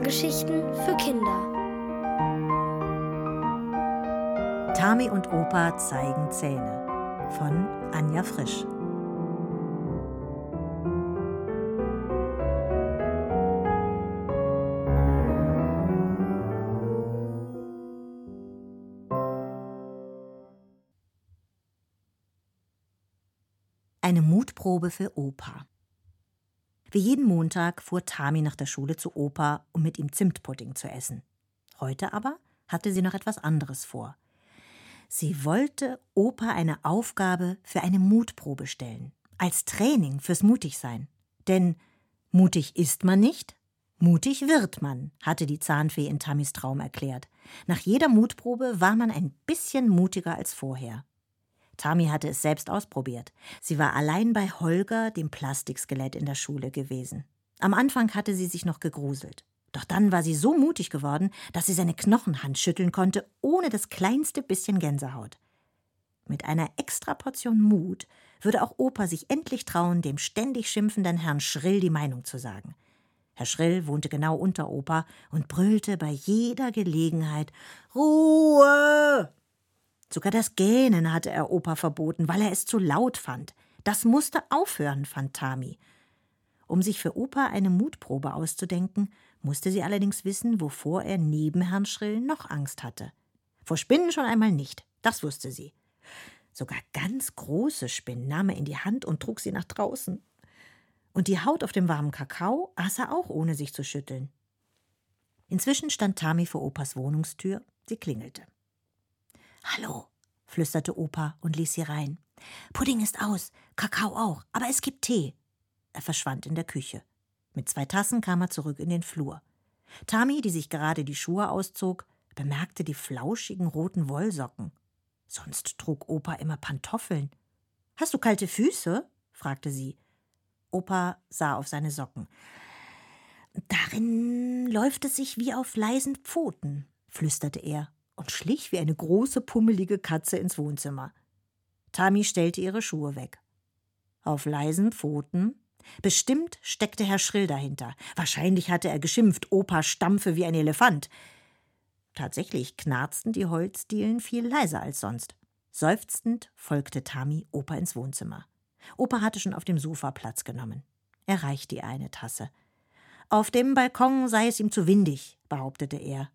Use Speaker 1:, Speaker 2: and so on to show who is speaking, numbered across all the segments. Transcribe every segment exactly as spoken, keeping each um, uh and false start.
Speaker 1: Hörgeschichten für Kinder.
Speaker 2: Tami und Opa zeigen Zähne von Anja Frisch. Eine Mutprobe für Opa. Wie jeden Montag fuhr Tami nach der Schule zu Opa, um mit ihm Zimtpudding zu essen. Heute aber hatte sie noch etwas anderes vor. Sie wollte Opa eine Aufgabe für eine Mutprobe stellen, als Training fürs Mutigsein. Denn mutig ist man nicht, mutig wird man, hatte die Zahnfee in Tamis Traum erklärt. Nach jeder Mutprobe war man ein bisschen mutiger als vorher. Tami hatte es selbst ausprobiert. Sie war allein bei Holger, dem Plastikskelett in der Schule gewesen. Am Anfang hatte sie sich noch gegruselt. Doch dann war sie so mutig geworden, dass sie seine Knochenhand schütteln konnte, ohne das kleinste bisschen Gänsehaut. Mit einer Extraportion Mut würde auch Opa sich endlich trauen, dem ständig schimpfenden Herrn Schrill die Meinung zu sagen. Herr Schrill wohnte genau unter Opa und brüllte bei jeder Gelegenheit: »Ruhe!« Sogar das Gähnen hatte er Opa verboten, weil er es zu laut fand. Das musste aufhören, fand Tami. Um sich für Opa eine Mutprobe auszudenken, musste sie allerdings wissen, wovor er neben Herrn Schrill noch Angst hatte. Vor Spinnen schon einmal nicht, das wusste sie. Sogar ganz große Spinnen nahm er in die Hand und trug sie nach draußen. Und die Haut auf dem warmen Kakao aß er auch, ohne sich zu schütteln. Inzwischen stand Tami vor Opas Wohnungstür, sie klingelte. »Hallo«, flüsterte Opa und ließ sie rein. »Pudding ist aus, Kakao auch, aber es gibt Tee.« Er verschwand in der Küche. Mit zwei Tassen kam er zurück in den Flur. Tami, die sich gerade die Schuhe auszog, bemerkte die flauschigen roten Wollsocken. Sonst trug Opa immer Pantoffeln. »Hast du kalte Füße?« fragte sie. Opa sah auf seine Socken. »Darin läuft es sich wie auf leisen Pfoten«, flüsterte er und schlich wie eine große, pummelige Katze ins Wohnzimmer. Tami stellte ihre Schuhe weg. Auf leisen Pfoten? Bestimmt steckte Herr Schrill dahinter. Wahrscheinlich hatte er geschimpft, Opa stampfe wie ein Elefant. Tatsächlich knarzten die Holzdielen viel leiser als sonst. Seufzend folgte Tami Opa ins Wohnzimmer. Opa hatte schon auf dem Sofa Platz genommen. Er reichte ihr eine Tasse. Auf dem Balkon sei es ihm zu windig, behauptete er.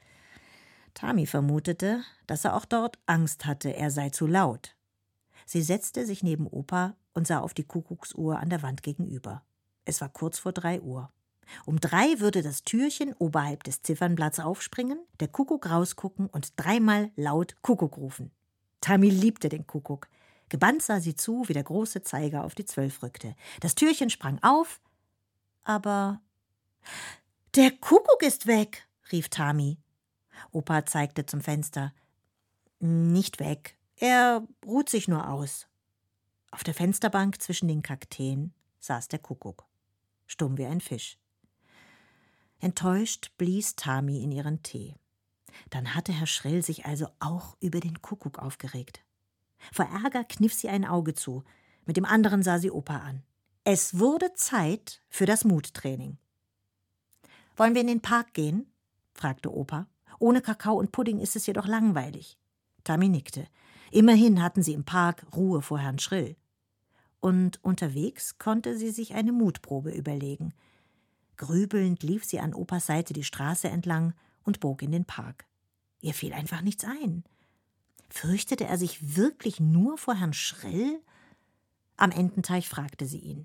Speaker 2: Tami vermutete, dass er auch dort Angst hatte, er sei zu laut. Sie setzte sich neben Opa und sah auf die Kuckucksuhr an der Wand gegenüber. Es war kurz vor drei Uhr. Um drei würde das Türchen oberhalb des Ziffernblatts aufspringen, der Kuckuck rausgucken und dreimal laut Kuckuck rufen. Tami liebte den Kuckuck. Gebannt sah sie zu, wie der große Zeiger auf die Zwölf rückte. Das Türchen sprang auf, aber... »Der Kuckuck ist weg«, rief Tami. Opa zeigte zum Fenster. »Nicht weg, er ruht sich nur aus.« Auf der Fensterbank zwischen den Kakteen saß der Kuckuck, stumm wie ein Fisch. Enttäuscht blies Tami in ihren Tee. Dann hatte Herr Schrill sich also auch über den Kuckuck aufgeregt. Vor Ärger kniff sie ein Auge zu, mit dem anderen sah sie Opa an. Es wurde Zeit für das Muttraining. »Wollen wir in den Park gehen?« fragte Opa. »Ohne Kakao und Pudding ist es jedoch langweilig.« Tami nickte. Immerhin hatten sie im Park Ruhe vor Herrn Schrill. Und unterwegs konnte sie sich eine Mutprobe überlegen. Grübelnd lief sie an Opas Seite die Straße entlang und bog in den Park. Ihr fiel einfach nichts ein. Fürchtete er sich wirklich nur vor Herrn Schrill? Am Ententeich fragte sie ihn.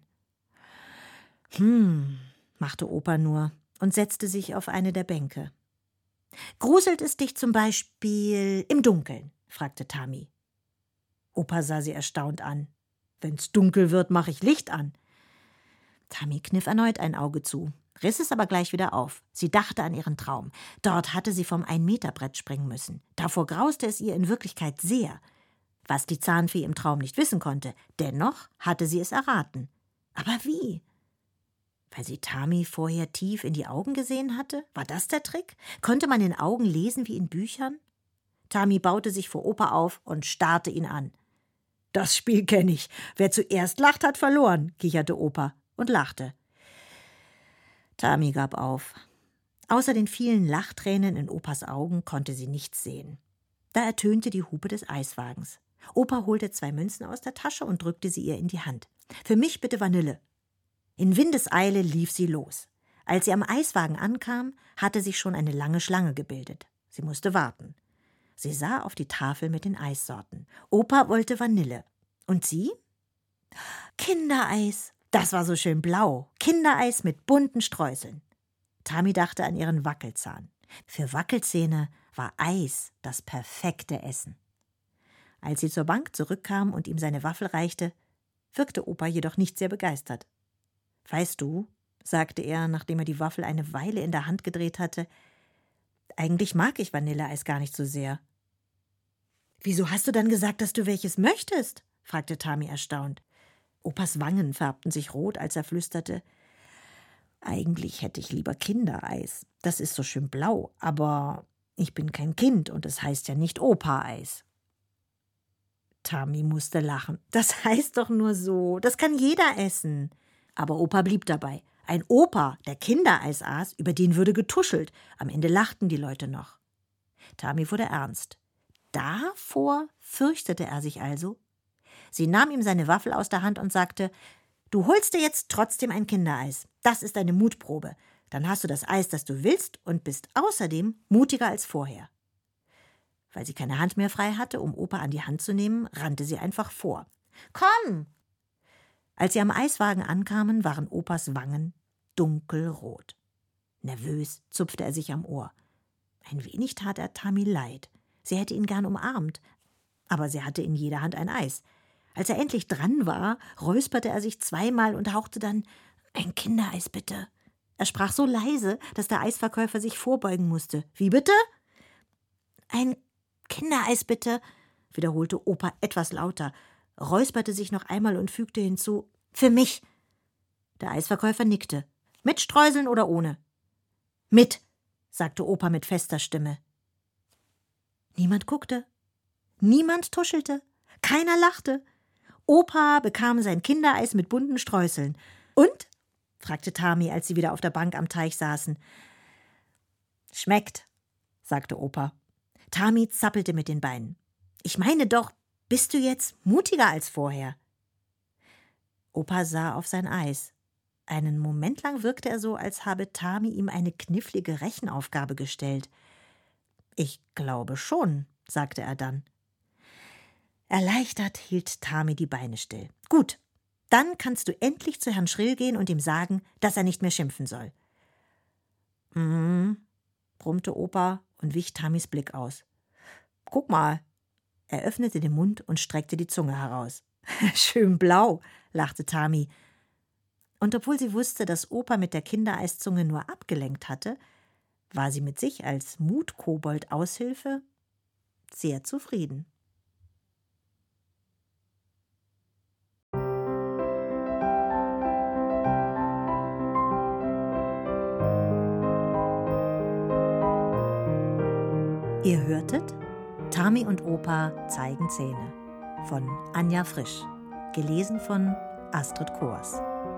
Speaker 2: »Hm«, machte Opa nur und setzte sich auf eine der Bänke. »Gruselt es dich zum Beispiel im Dunkeln?« fragte Tami. Opa sah sie erstaunt an. »Wenn's dunkel wird, mache ich Licht an.« Tami kniff erneut ein Auge zu, riss es aber gleich wieder auf. Sie dachte an ihren Traum. Dort hatte sie vom Ein-Meter-Brett springen müssen. Davor grauste es ihr in Wirklichkeit sehr. Was die Zahnfee im Traum nicht wissen konnte, dennoch hatte sie es erraten. Aber wie? Weil sie Tami vorher tief in die Augen gesehen hatte? War das der Trick? Konnte man in Augen lesen wie in Büchern? Tami baute sich vor Opa auf und starrte ihn an. »Das Spiel kenne ich. Wer zuerst lacht, hat verloren«, kicherte Opa und lachte. Tami gab auf. Außer den vielen Lachtränen in Opas Augen konnte sie nichts sehen. Da ertönte die Hupe des Eiswagens. Opa holte zwei Münzen aus der Tasche und drückte sie ihr in die Hand. »Für mich bitte Vanille.« In Windeseile lief sie los. Als sie am Eiswagen ankam, hatte sich schon eine lange Schlange gebildet. Sie musste warten. Sie sah auf die Tafel mit den Eissorten. Opa wollte Vanille. Und sie? Kindereis. Das war so schön blau. Kindereis mit bunten Streuseln. Tami dachte an ihren Wackelzahn. Für Wackelzähne war Eis das perfekte Essen. Als sie zur Bank zurückkam und ihm seine Waffel reichte, wirkte Opa jedoch nicht sehr begeistert. »Weißt du«, sagte er, nachdem er die Waffel eine Weile in der Hand gedreht hatte, »eigentlich mag ich Vanilleeis gar nicht so sehr.« »Wieso hast du dann gesagt, dass du welches möchtest?« fragte Tami erstaunt. Opas Wangen färbten sich rot, als er flüsterte, »Eigentlich hätte ich lieber Kindereis. Das ist so schön blau, aber ich bin kein Kind und es heißt ja nicht Opa-Eis.« Tami musste lachen. »Das heißt doch nur so. Das kann jeder essen.« Aber Opa blieb dabei. Ein Opa, der Kindereis aß, über den würde getuschelt. Am Ende lachten die Leute noch. Tami wurde ernst. Davor fürchtete er sich also. Sie nahm ihm seine Waffel aus der Hand und sagte, »Du holst dir jetzt trotzdem ein Kindereis. Das ist eine Mutprobe. Dann hast du das Eis, das du willst und bist außerdem mutiger als vorher.« Weil sie keine Hand mehr frei hatte, um Opa an die Hand zu nehmen, rannte sie einfach vor. »Komm!« Als sie am Eiswagen ankamen, waren Opas Wangen dunkelrot. Nervös zupfte er sich am Ohr. Ein wenig tat er Tami leid. Sie hätte ihn gern umarmt, aber sie hatte in jeder Hand ein Eis. Als er endlich dran war, räusperte er sich zweimal und hauchte dann, »Ein Kindereis, bitte.« Er sprach so leise, dass der Eisverkäufer sich vorbeugen musste. »Wie bitte?« »Ein Kindereis, bitte«, wiederholte Opa etwas lauter, räusperte sich noch einmal und fügte hinzu, »Für mich.« Der Eisverkäufer nickte. »Mit Streuseln oder ohne?« »Mit«, sagte Opa mit fester Stimme. Niemand guckte. Niemand tuschelte. Keiner lachte. Opa bekam sein Kindereis mit bunten Streuseln. »Und?«, fragte Tami, als sie wieder auf der Bank am Teich saßen. »Schmeckt«, sagte Opa. Tami zappelte mit den Beinen. »Ich meine doch, bist du jetzt mutiger als vorher?« Opa sah auf sein Eis. Einen Moment lang wirkte er so, als habe Tami ihm eine knifflige Rechenaufgabe gestellt. »Ich glaube schon«, sagte er dann. Erleichtert hielt Tami die Beine still. »Gut, dann kannst du endlich zu Herrn Schrill gehen und ihm sagen, dass er nicht mehr schimpfen soll.« »Mhm«, brummte Opa und wich Tamis Blick aus. »Guck mal.« Er öffnete den Mund und streckte die Zunge heraus. »Schön blau«, lachte Tami. Und obwohl sie wusste, dass Opa mit der Kindereiszunge nur abgelenkt hatte, war sie mit sich als Mutkobold-Aushilfe sehr zufrieden. Ihr hörtet Tami und Opa zeigen Zähne von Anja Frisch, gelesen von Astrid Kors.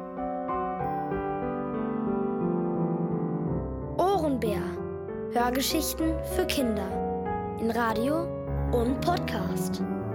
Speaker 1: Ohrenbär. Hörgeschichten für Kinder in Radio und Podcast.